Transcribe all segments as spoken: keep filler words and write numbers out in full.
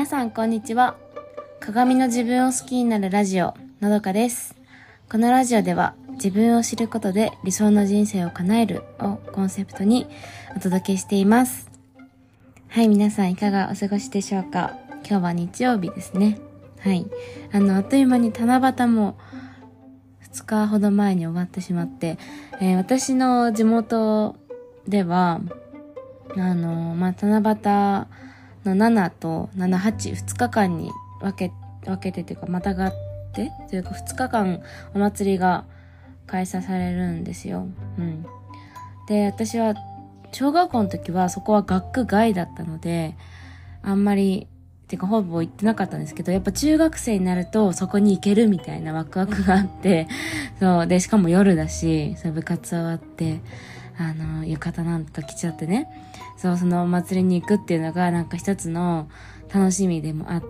さんこんにちは。鏡の自分を好きになるラジオのどかです。このラジオでは自分を知ることで理想の人生を叶えるをコンセプトにお届けしています。はい、皆さんいかがお過ごしでしょうか。今日は日曜日ですね。はい、あのあっという間に七夕もふつかほど前に終わってしまって、えー、私の地元ではあのまあ七夕のななとなな、はち、ふつかかんに分け分けてというかまたがってというかふつかかんお祭りが開催されるんですよ。うん。で、私は小学校の時はそこは学区外だったのであんまりてかほぼ行ってなかったんですけど、やっぱ中学生になるとそこに行けるみたいなワクワクがあってそうで、しかも夜だし、そう部活終わってあの浴衣なんと着ちゃってね、そうそのお祭りに行くっていうのがなんか一つの楽しみでもあって、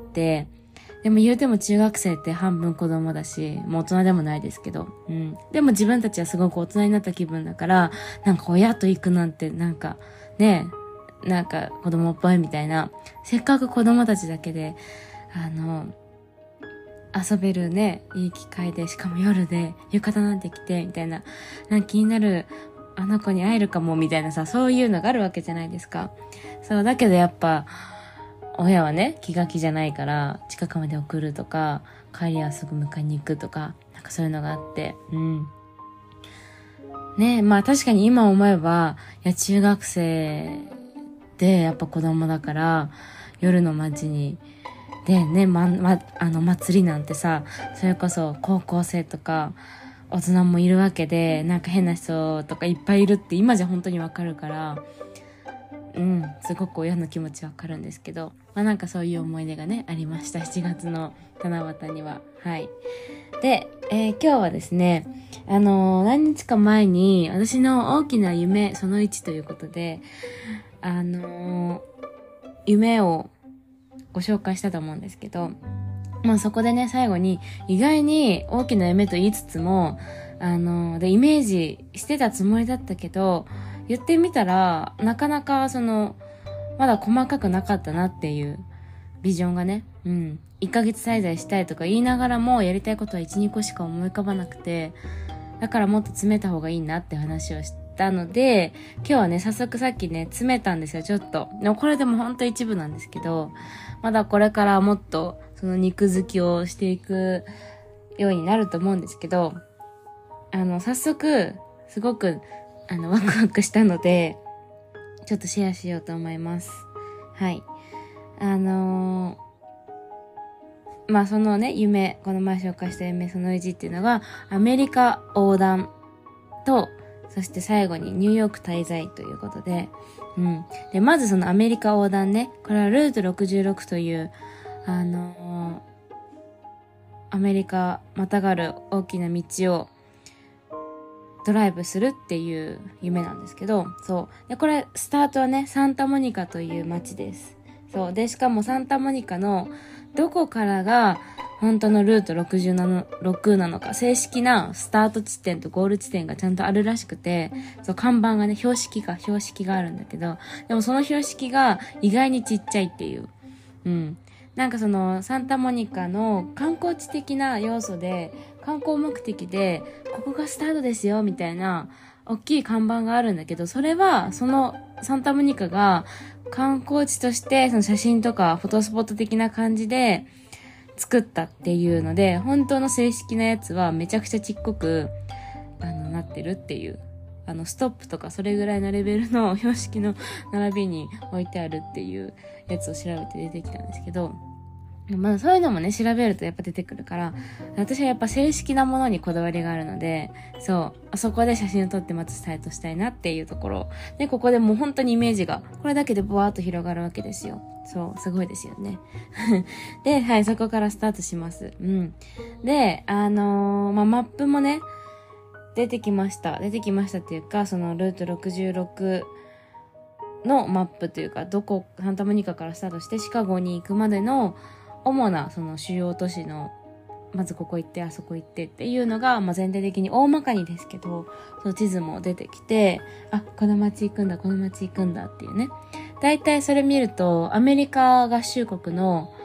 でも言うても中学生って半分子供だし、もう大人でもないですけど、うん。でも自分たちはすごく大人になった気分だから、なんか親と行くなんてなんかね、なんか子供っぽいみたいな、せっかく子供たちだけであの遊べるね、いい機会で、しかも夜で浴衣なんて着てみたいな、なんか気になるあの子に会えるかもみたいなさ、そういうのがあるわけじゃないですか。そうだけどやっぱ親はね気が気じゃないから近くまで送るとか、帰りはすぐ迎えに行くとか、なんかそういうのがあって、うんね。まあ確かに今思えば、いや中学生でやっぱ子供だから夜の街にでね、ま、ま、あの祭りなんてさ、それこそ高校生とか大人もいるわけで、なんか変な人とかいっぱいいるって今じゃ本当にわかるから、うんすごく親の気持ちわかるんですけど、まあなんかそういう思い出がねありました、しちがつの七夕には。はいで、えー、今日はですね、あのー、何日か前に私の大きな夢そのいちということで、あのー、夢をご紹介したと思うんですけど、まあそこでね最後に、意外に大きな夢と言いつつもあのでイメージしてたつもりだったけど、言ってみたらなかなかそのまだ細かくなかったなっていうビジョンがね、うんいっかげつ滞在したいとか言いながらもやりたいことはいち、にこしか思い浮かばなくて、だからもっと詰めた方がいいなって話をしたので、今日はね早速さっきね詰めたんですよ、ちょっと。でもこれでもほんと一部なんですけど、まだこれからもっとその肉付きをしていくようになると思うんですけど、あの早速すごくあのワクワクしたのでちょっとシェアしようと思います。はいあのーまあそのね夢、この前紹介した夢そのいちっていうのがアメリカ横断と、そして最後にニューヨーク滞在ということで、うん。で、まずそのアメリカ横断ね、これはルートろくじゅうろくという、あのー、アメリカまたがる大きな道をドライブするっていう夢なんですけど、そう。で、これ、スタートはね、サンタモニカという街です。そう。で、しかもサンタモニカのどこからが本当のルートろくじゅうろくなのか、正式なスタート地点とゴール地点がちゃんとあるらしくて、そう、看板がね、標識が、標識があるんだけど、でもその標識が意外にちっちゃいっていう。うん。なんかその、サンタモニカの観光地的な要素で、観光目的で、ここがスタートですよ、みたいな、大きい看板があるんだけど、それは、その、サンタモニカが、観光地として、その写真とか、フォトスポット的な感じで、作ったっていうので、本当の正式なやつはめちゃくちゃちっこくあのなってるっていう、あのストップとかそれぐらいのレベルの標識の並びに置いてあるっていうやつを調べて出てきたんですけど、まあそういうのもね調べるとやっぱ出てくるから、私はやっぱ正式なものにこだわりがあるので、そうあそこで写真を撮ってまず伝えとしたいなっていうところで、ここでもう本当にイメージがこれだけでブワーっと広がるわけですよ。そうすごいですよねで、はい、そこからスタートします。うんで、あのー、まあマップもね出てきました出てきましたっていうか、そのルートろくじゅうろくのマップというか、どこサンタモニカからスタートしてシカゴに行くまでの主なその主要都市の、まずここ行ってあそこ行ってっていうのが、まあ、全体的に大まかにですけど、その地図も出てきて、あ、この街行くんだこの街行くんだっていうね。だいたいそれ見るとアメリカ合衆国の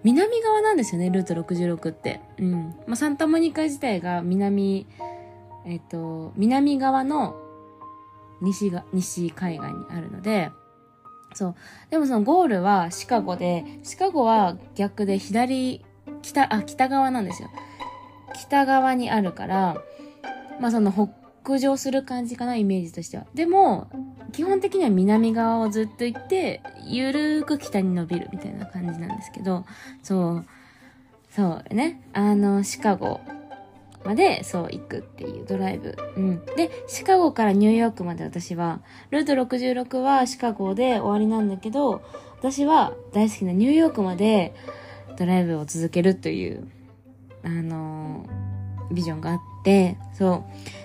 南側なんですよね、ルートろくじゅうろくって。うん。まあ、サンタモニカ自体が南、えっと、南側の西が、西海岸にあるので、そう。でもそのゴールはシカゴで、シカゴは逆で左、北、あ、北側なんですよ。北側にあるから、まあその北上する感じかな、イメージとしては。でも、基本的には南側をずっと行って、ゆるーく北に伸びるみたいな感じなんですけど、そう、そうね、あの、シカゴまで、そう行くっていうドライブ。うん。で、シカゴからニューヨークまで私は、ルートろくじゅうろくはシカゴで終わりなんだけど、私は大好きなニューヨークまでドライブを続けるという、あのー、ビジョンがあって、そう。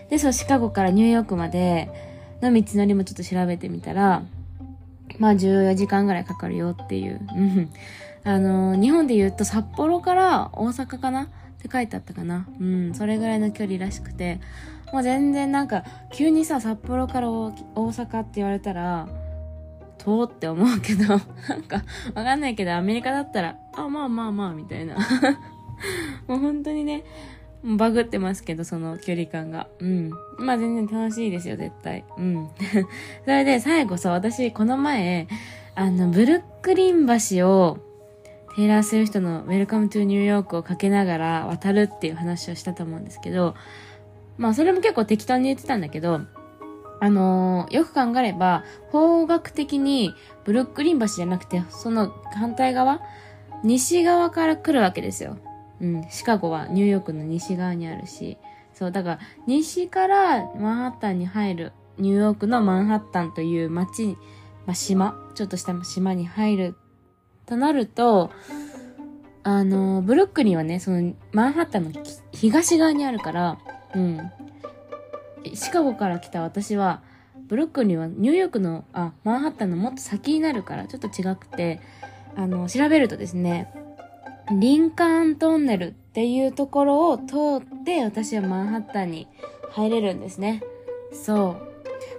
で、そう、シカゴからニューヨークまでの道のりもちょっと調べてみたら、まあじゅうよじかんぐらいかかるよっていう。うん。あのー、日本で言うと札幌から大阪かなって書いてあったかな。うん、それぐらいの距離らしくて、もう全然なんか、急にさ、札幌から大阪って言われたら、遠って思うけど、なんか、わかんないけど、アメリカだったら、あ、まあまあまあ、みたいな。もう本当にね、バグってますけど、その距離感が。うん。まあ全然楽しいですよ、絶対。うん。それで、最後さ、私、この前、あの、ブルックリン橋を、テイラー・スウィフトの Welcome to New York をかけながら渡るっていう話をしたと思うんですけど、まあそれも結構適当に言ってたんだけど、あのー、よく考えれば、方角的にブルックリン橋じゃなくて、その反対側、西側から来るわけですよ。うん、シカゴはニューヨークの西側にあるし、そう、だから西からマンハッタンに入る、ニューヨークのマンハッタンという街、まあ、島、ちょっとした島に入るとなると、あの、ブルックリンはね、その、マンハッタンの東側にあるから、うん。シカゴから来た私は、ブルックリンはニューヨークの、あ、マンハッタンのもっと先になるから、ちょっと違くて、あの、調べるとですね、リンカーントンネルっていうところを通って、私はマンハッタンに入れるんですね。そう。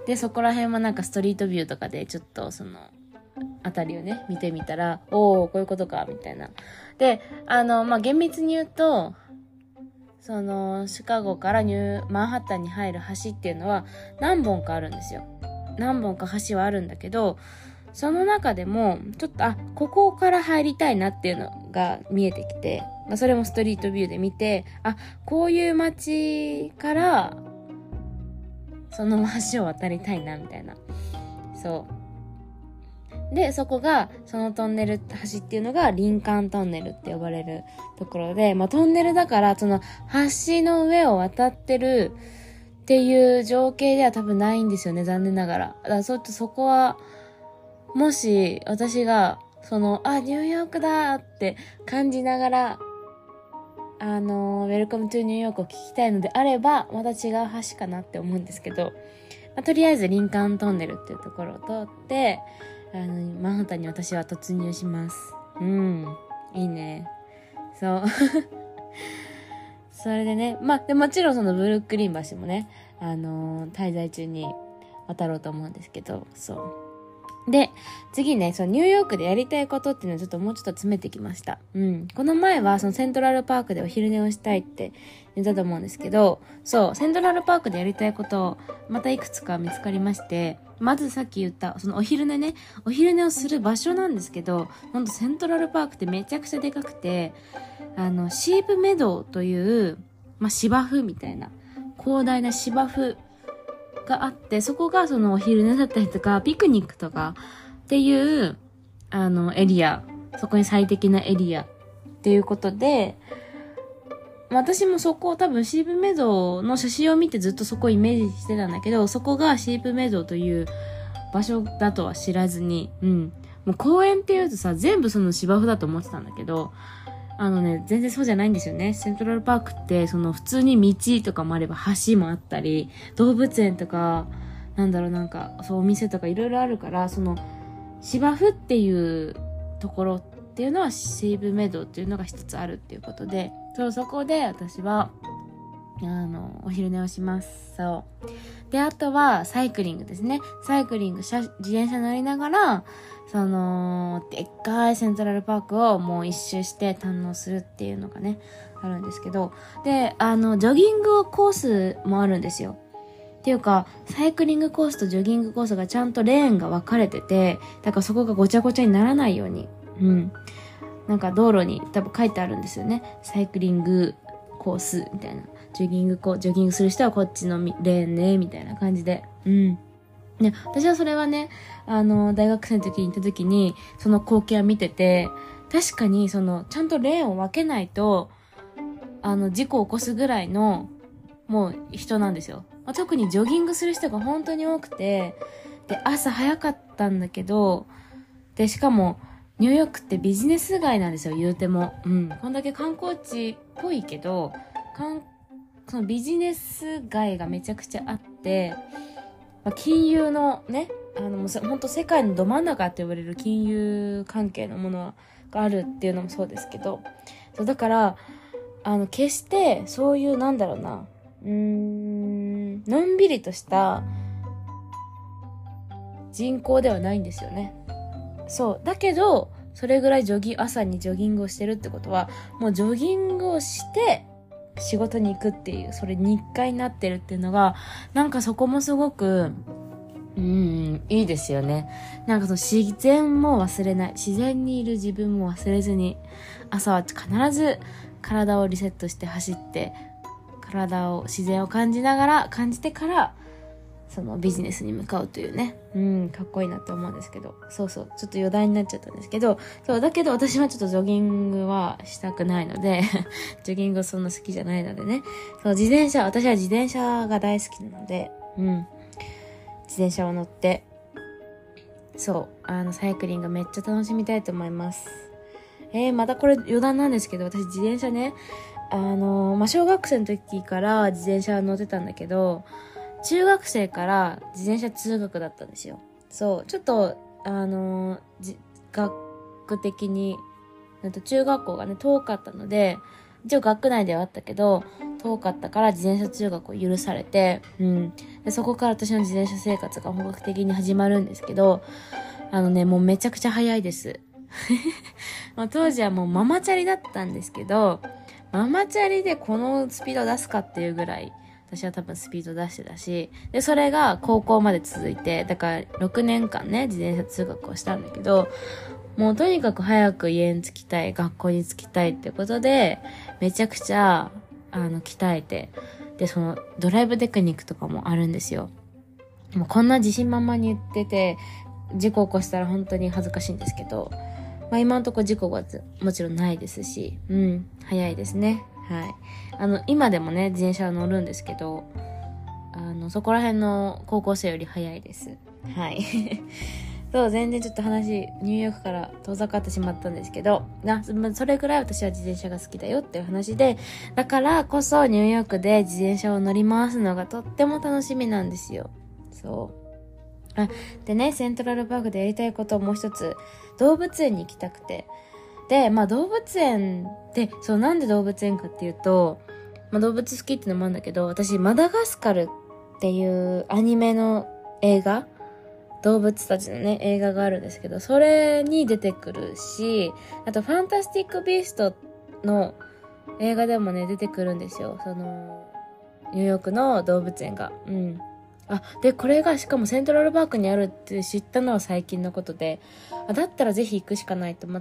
で、そこら辺もなんかストリートビューとかで、ちょっとその、あたりをね、見てみたら、おー、こういうことか、みたいな。で、あの、まあ、厳密に言うと、その、シカゴからニュー、マンハッタンに入る橋っていうのは何本かあるんですよ。何本か橋はあるんだけど、その中でも、ちょっと、あ、ここから入りたいなっていうのが見えてきて、まあ、それもストリートビューで見て、あ、こういう街から、その橋を渡りたいな、みたいな。そう。で、そこが、そのトンネル、橋っていうのがリンカーントンネルって呼ばれるところで、まあトンネルだから、その橋の上を渡ってるっていう情景では多分ないんですよね、残念ながら。だからちょっとそこは、もし私が、その、あ、ニューヨークだって感じながら、あの、Welcome to New Yorkを聞きたいのであれば、また違う橋かなって思うんですけど、まあ、とりあえずリンカーントンネルっていうところを通って、あの、マンハッタンに私は突入します。うん。いいね。そう。それでね、まあ、でもちろんそのブルックリン橋もね、あのー、滞在中に渡ろうと思うんですけど、そう。で、次ね、そのニューヨークでやりたいことっていうのをちょっともうちょっと詰めてきました。うん。この前はそのセントラルパークでお昼寝をしたいって言ったと思うんですけど、そう、セントラルパークでやりたいことまたいくつか見つかりまして、まずさっき言った、そのお昼寝ね、お昼寝をする場所なんですけど、ほんとセントラルパークってめちゃくちゃでかくて、あの、シープメドウという、まあ、芝生みたいな、広大な芝生があって、そこがそのお昼寝だったりとか、ピクニックとかっていう、あの、エリア、そこに最適なエリアっていうことで、私もそこを多分シープメドウの写真を見てずっとそこをイメージしてたんだけど、そこがシープメドウという場所だとは知らずに、うん。もう公園っていうとさ、全部その芝生だと思ってたんだけど、あのね、全然そうじゃないんですよね。セントラルパークって、その普通に道とかもあれば橋もあったり、動物園とか、なんだろうなんか、そうお店とかいろいろあるから、その芝生っていうところっていうのはシープメドウっていうのが一つあるっていうことで、そうそこで私はあの、お昼寝をします。そう。で、あとは、サイクリングですね。サイクリング、自転車乗りながら、その、でっかいセントラルパークをもう一周して堪能するっていうのがね、あるんですけど、で、あの、ジョギングコースもあるんですよ。っていうか、サイクリングコースとジョギングコースがちゃんとレーンが分かれてて、だからそこがごちゃごちゃにならないように、うん。なんか道路に多分書いてあるんですよね。サイクリングコースみたいな。ジョギングこう、ジョギングする人はこっちのレーンね、みたいな感じで。うん。で、私はそれはね、あの、大学生の時に行った時に、その光景を見てて、確かにその、ちゃんとレーンを分けないと、あの、事故を起こすぐらいの、もう人なんですよ。まあ、特にジョギングする人が本当に多くて、で、朝早かったんだけど、で、しかも、ニューヨークってビジネス街なんですよ、言うても。うん。こんだけ観光地っぽいけど、観そのビジネス街がめちゃくちゃあって、まあ、金融のね、あの、もうほんと世界のど真ん中って呼ばれる金融関係のものがあるっていうのもそうですけど、そうだから、あの、決してそういう、なんだろうな、うーん、のんびりとした人口ではないんですよね。そう。だけど、それぐらいジョギ、朝にジョギングをしてるってことは、もうジョギングをして、仕事に行くっていう、それ日課になってるっていうのが、なんかそこもすごく、うん、いいですよね。なんかその自然も忘れない。自然にいる自分も忘れずに、朝は必ず体をリセットして走って、体を、自然を感じながら、感じてから、そのビジネスに向かうというね。うん、かっこいいなって思うんですけど。そうそう。ちょっと余談になっちゃったんですけど、そう、だけど私はちょっとジョギングはしたくないので、ジョギングそんな好きじゃないのでね。そう、自転車、私は自転車が大好きなので、うん。自転車を乗って、そう、あの、サイクリングめっちゃ楽しみたいと思います。えー、またこれ余談なんですけど、私自転車ね、あのー、まあ、小学生の時から自転車乗ってたんだけど、中学生から自転車通学だったんですよ。そう。ちょっと、あのー、じ、学的に、中学校がね、遠かったので、一応学内ではあったけど、遠かったから自転車通学を許されて、うん。で、そこから私の自転車生活が本格的に始まるんですけど、あのね、もうめちゃくちゃ早いです。まあ、当時はもうママチャリだったんですけど、ママチャリでこのスピード出すかっていうぐらい、私は多分スピード出してたし、で、それが高校まで続いて、だからろくねんかんね、自転車通学をしたんだけど、もうとにかく早く家に着きたい、学校に着きたいってことで、めちゃくちゃ、あの、鍛えて、で、その、ドライブテクニックとかもあるんですよ。もうこんな自信満々に言ってて、事故起こしたら本当に恥ずかしいんですけど、まあ今のところ事故はもちろんないですし、うん、早いですね。はい。あの、今でもね、自転車は乗るんですけど、あの、そこら辺の高校生より早いです。はい。そう、全然ちょっと話、ニューヨークから遠ざかってしまったんですけど、な、それぐらい私は自転車が好きだよっていう話で、だからこそニューヨークで自転車を乗り回すのがとっても楽しみなんですよ。そう。あ、でね、セントラルパークでやりたいことをもう一つ、動物園に行きたくて。で、まあ動物園で、そう、なんで動物園かっていうと、まあ動物好きってのもあるんだけど、私、マダガスカルっていうアニメの映画、動物たちのね、映画があるんですけど、それに出てくるし、あと、ファンタスティック・ビーストの映画でもね、出てくるんですよ。その、ニューヨークの動物園が。うん。あ、で、これがしかもセントラルパークにあるって知ったのは最近のことで、あ、だったらぜひ行くしかないと思って、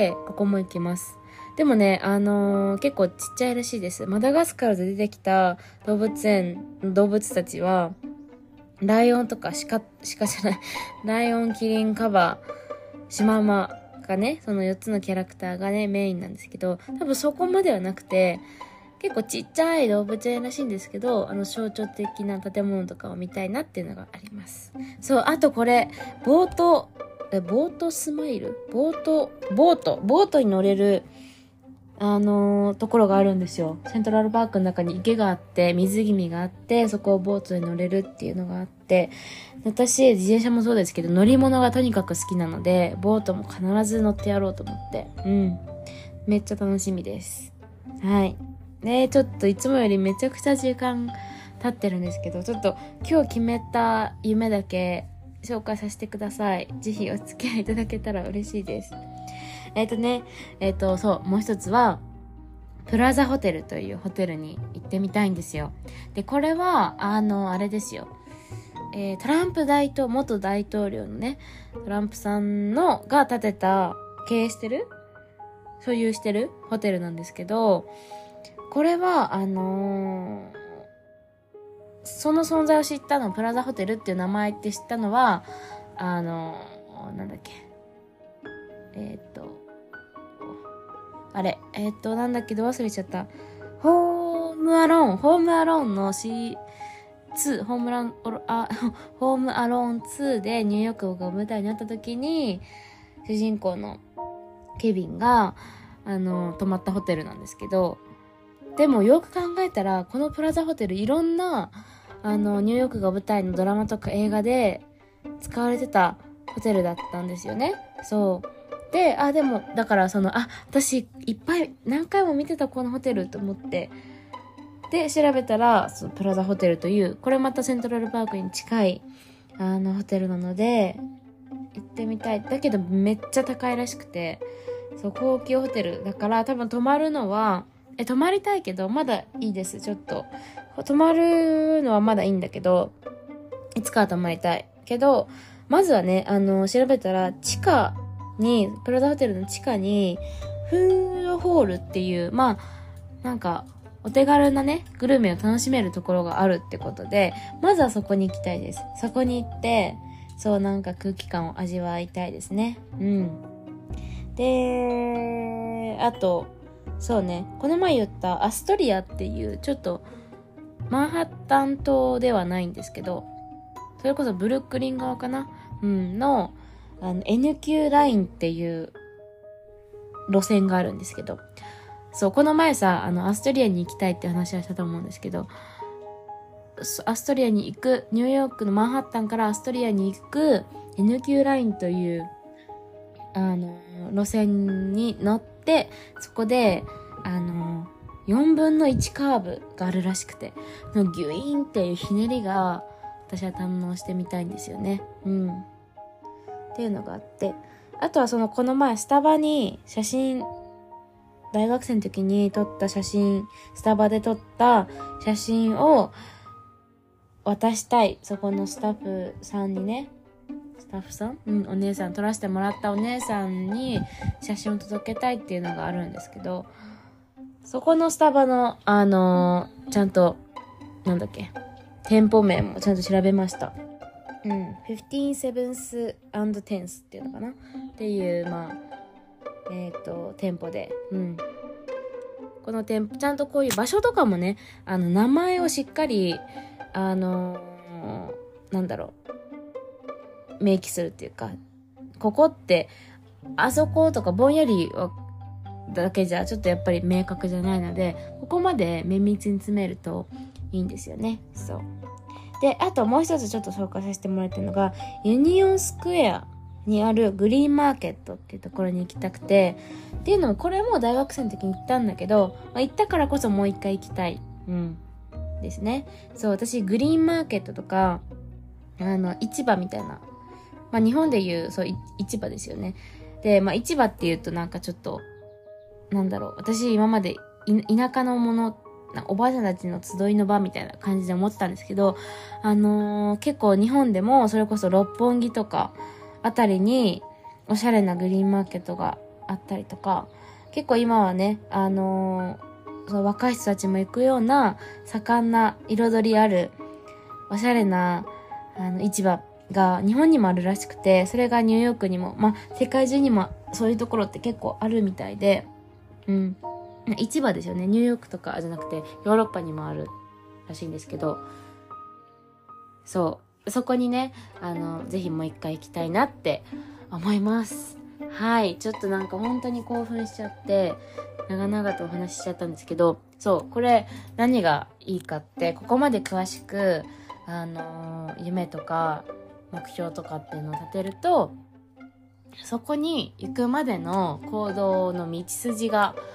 ここも行きます。でもね、あのー、結構ちっちゃいらしいです。マダガスカルで出てきた動物園の動物たちは、ライオンとかシカ、シカじゃない、ライオン、キリン、カバ、シマウマがね、そのよっつのキャラクターがね、メインなんですけど、多分そこまではなくて、結構ちっちゃい動物園らしいんですけど、あの象徴的な建物とかを見たいなっていうのがあります。そう、あとこれ、ボート、え、ボートスマイルボート、ボート、ボートに乗れる、あのー、ところがあるんですよ。セントラルパークの中に池があって、湖があって、そこをボートに乗れるっていうのがあって、私、自転車もそうですけど、乗り物がとにかく好きなので、ボートも必ず乗ってやろうと思って、うん。めっちゃ楽しみです。はい。 ね、ちょっといつもよりめちゃくちゃ時間経ってるんですけど、ちょっと今日決めた夢だけ紹介させてください。ぜひお付き合いいただけたら嬉しいです。えっとね、えっと、そう、もう一つは、プラザホテルというホテルに行ってみたいんですよ。で、これは、あの、あれですよ。えー、トランプ大統、元大統領のね、トランプさんのが建てた、経営してる所有してるホテルなんですけど、これは、あのー、その存在を知ったの、プラザホテルっていう名前って知ったのは、あのー、なんだっけ。えー、っと、あれ、えー、っと、なんだっけど忘れちゃった。ホームアローン、ホームアローンの シーツー、ホームラン、あ、ホームアローンツーでニューヨークが舞台になった時に、主人公のケビンが、あの、泊まったホテルなんですけど、でもよく考えたら、このプラザホテルいろんな、あの、ニューヨークが舞台のドラマとか映画で使われてたホテルだったんですよね。そう。で、あ、でも、だからその、あ、私いっぱい何回も見てたこのホテルと思って、で、調べたら、そのプラザホテルという、これまたセントラルパークに近い、あの、ホテルなので、行ってみたい。だけどめっちゃ高いらしくて、そう、高級ホテルだから多分泊まるのは、え、泊まりたいけど、まだいいです、ちょっと。泊まるのはまだいいんだけど、いつかは泊まりたい。けど、まずはね、あの、調べたら、地下に、プラザホテルの地下に、フードホールっていう、まあ、なんか、お手軽なね、グルメを楽しめるところがあるってことで、まずはそこに行きたいです。そこに行って、そうなんか空気感を味わいたいですね。うん。で、あと、そうね、この前言ったアストリアっていうちょっとマンハッタン島ではないんですけど、それこそブルックリン側かな、うんの、あの エヌキュー ラインっていう路線があるんですけど、そうこの前さ、あのアストリアに行きたいって話はしたと思うんですけど、アストリアに行く、ニューヨークのマンハッタンからアストリアに行く エヌキュー ラインというあの路線に乗って、そこであのよんぶんのいちカーブがあるらしくて、ギュイーンっていうひねりが私は堪能してみたいんですよね。うんっていうのがあって、あとはそのこの前スタバに写真、大学生の時に撮った写真、スタバで撮った写真を渡したい、そこのスタッフさんにね、スタッフさん、うん、お姉さん、撮らせてもらったお姉さんに写真を届けたいっていうのがあるんですけど、そこのスタバのあのー、ちゃんとなんだっけ、店舗名もちゃんと調べました。うん、フィフティーンセブンスアンドテンスっていうのかなっていうまあえっ、ー、と店舗で、うん、この店舗ちゃんとこういう場所とかもね、あの名前をしっかりあのー、なんだろう、明記するっていうか、ここってあそことかぼんやりだけじゃちょっとやっぱり明確じゃないので、ここまで綿密に詰めるといいんですよね。そうで、あともう一つちょっと紹介させてもらってるのが、ユニオンスクエアにあるグリーンマーケットっていうところに行きたくて、っていうのもこれも大学生の時に行ったんだけど、まあ、行ったからこそもう一回行きたい、うんですね。そう、私グリーンマーケットとかあの市場みたいな、まあ日本でいうそう市場ですよね。で、まあ市場っていうとなんかちょっとなんだろう、私今まで田舎のもの、おばあちゃんたちの集いの場みたいな感じで思ってたんですけど、あのー、結構日本でもそれこそ六本木とかあたりにおしゃれなグリーンマーケットがあったりとか、結構今はね、あのー、その若い人たちも行くような盛んな彩りあるおしゃれなあの市場が日本にもあるらしくて、それがニューヨークにも、まあ世界中にもそういうところって結構あるみたいで、うん。市場ですよね。ニューヨークとかじゃなくてヨーロッパにもあるらしいんですけど、そう。そこにね、あの、ぜひもう一回行きたいなって思います。はい。ちょっとなんか本当に興奮しちゃって、長々とお話ししちゃったんですけど、そう。これ何がいいかって、ここまで詳しく、あの、夢とか目標とかっていうのを立てると、そこに行くまでの行動の道筋が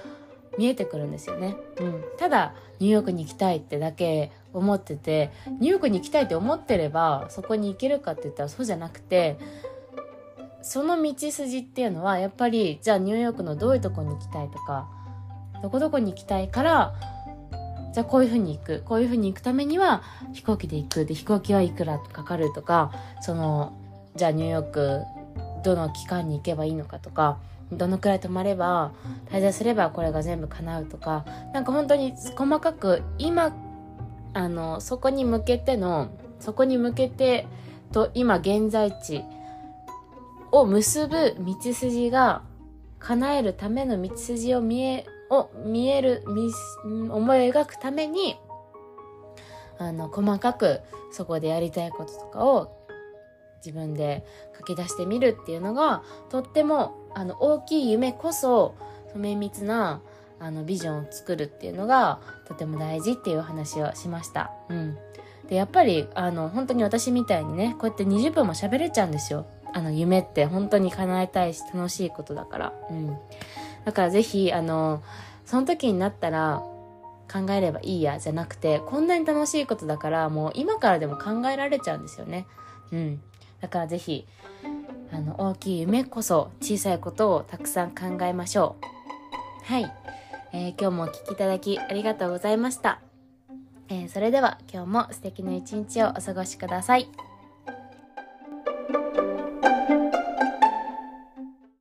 見えてくるんですよね。うん。ただニューヨークに行きたいってだけ思ってて、ニューヨークに行きたいって思ってればそこに行けるかって言ったらそうじゃなくて、その道筋っていうのはやっぱり、じゃあニューヨークのどういうとこに行きたいとか、どこどこに行きたいから、じゃあこういう風に行く、こういう風に行くためには飛行機で行く、で飛行機はいくらかかるとか、そのじゃあニューヨークどの期間に行けばいいのかとか、どのくらい泊まれば滞在すればこれが全部叶うとか、なんか本当に細かく今あのそこに向けてのそこに向けてと今現在地を結ぶ道筋が叶えるための道筋を見えを見える見思い描くために、あの細かくそこでやりたいこととかを自分で書き出してみるっていうのが、とってもあの大きい夢こそ綿密なあのビジョンを作るっていうのがとても大事っていう話をしました。うん。でやっぱりあの本当に私みたいにね、こうやってにじゅっぷんも喋れちゃうんですよ。あの夢って本当に叶えたいし楽しいことだから。うん。だからぜひあのその時になったら考えればいいやじゃなくて、こんなに楽しいことだからもう今からでも考えられちゃうんですよね。うん。だからぜひあの大きい夢こそ小さいことをたくさん考えましょう。はい、えー、今日もお聞きいただきありがとうございました。えー、それでは今日も素敵な一日をお過ごしください。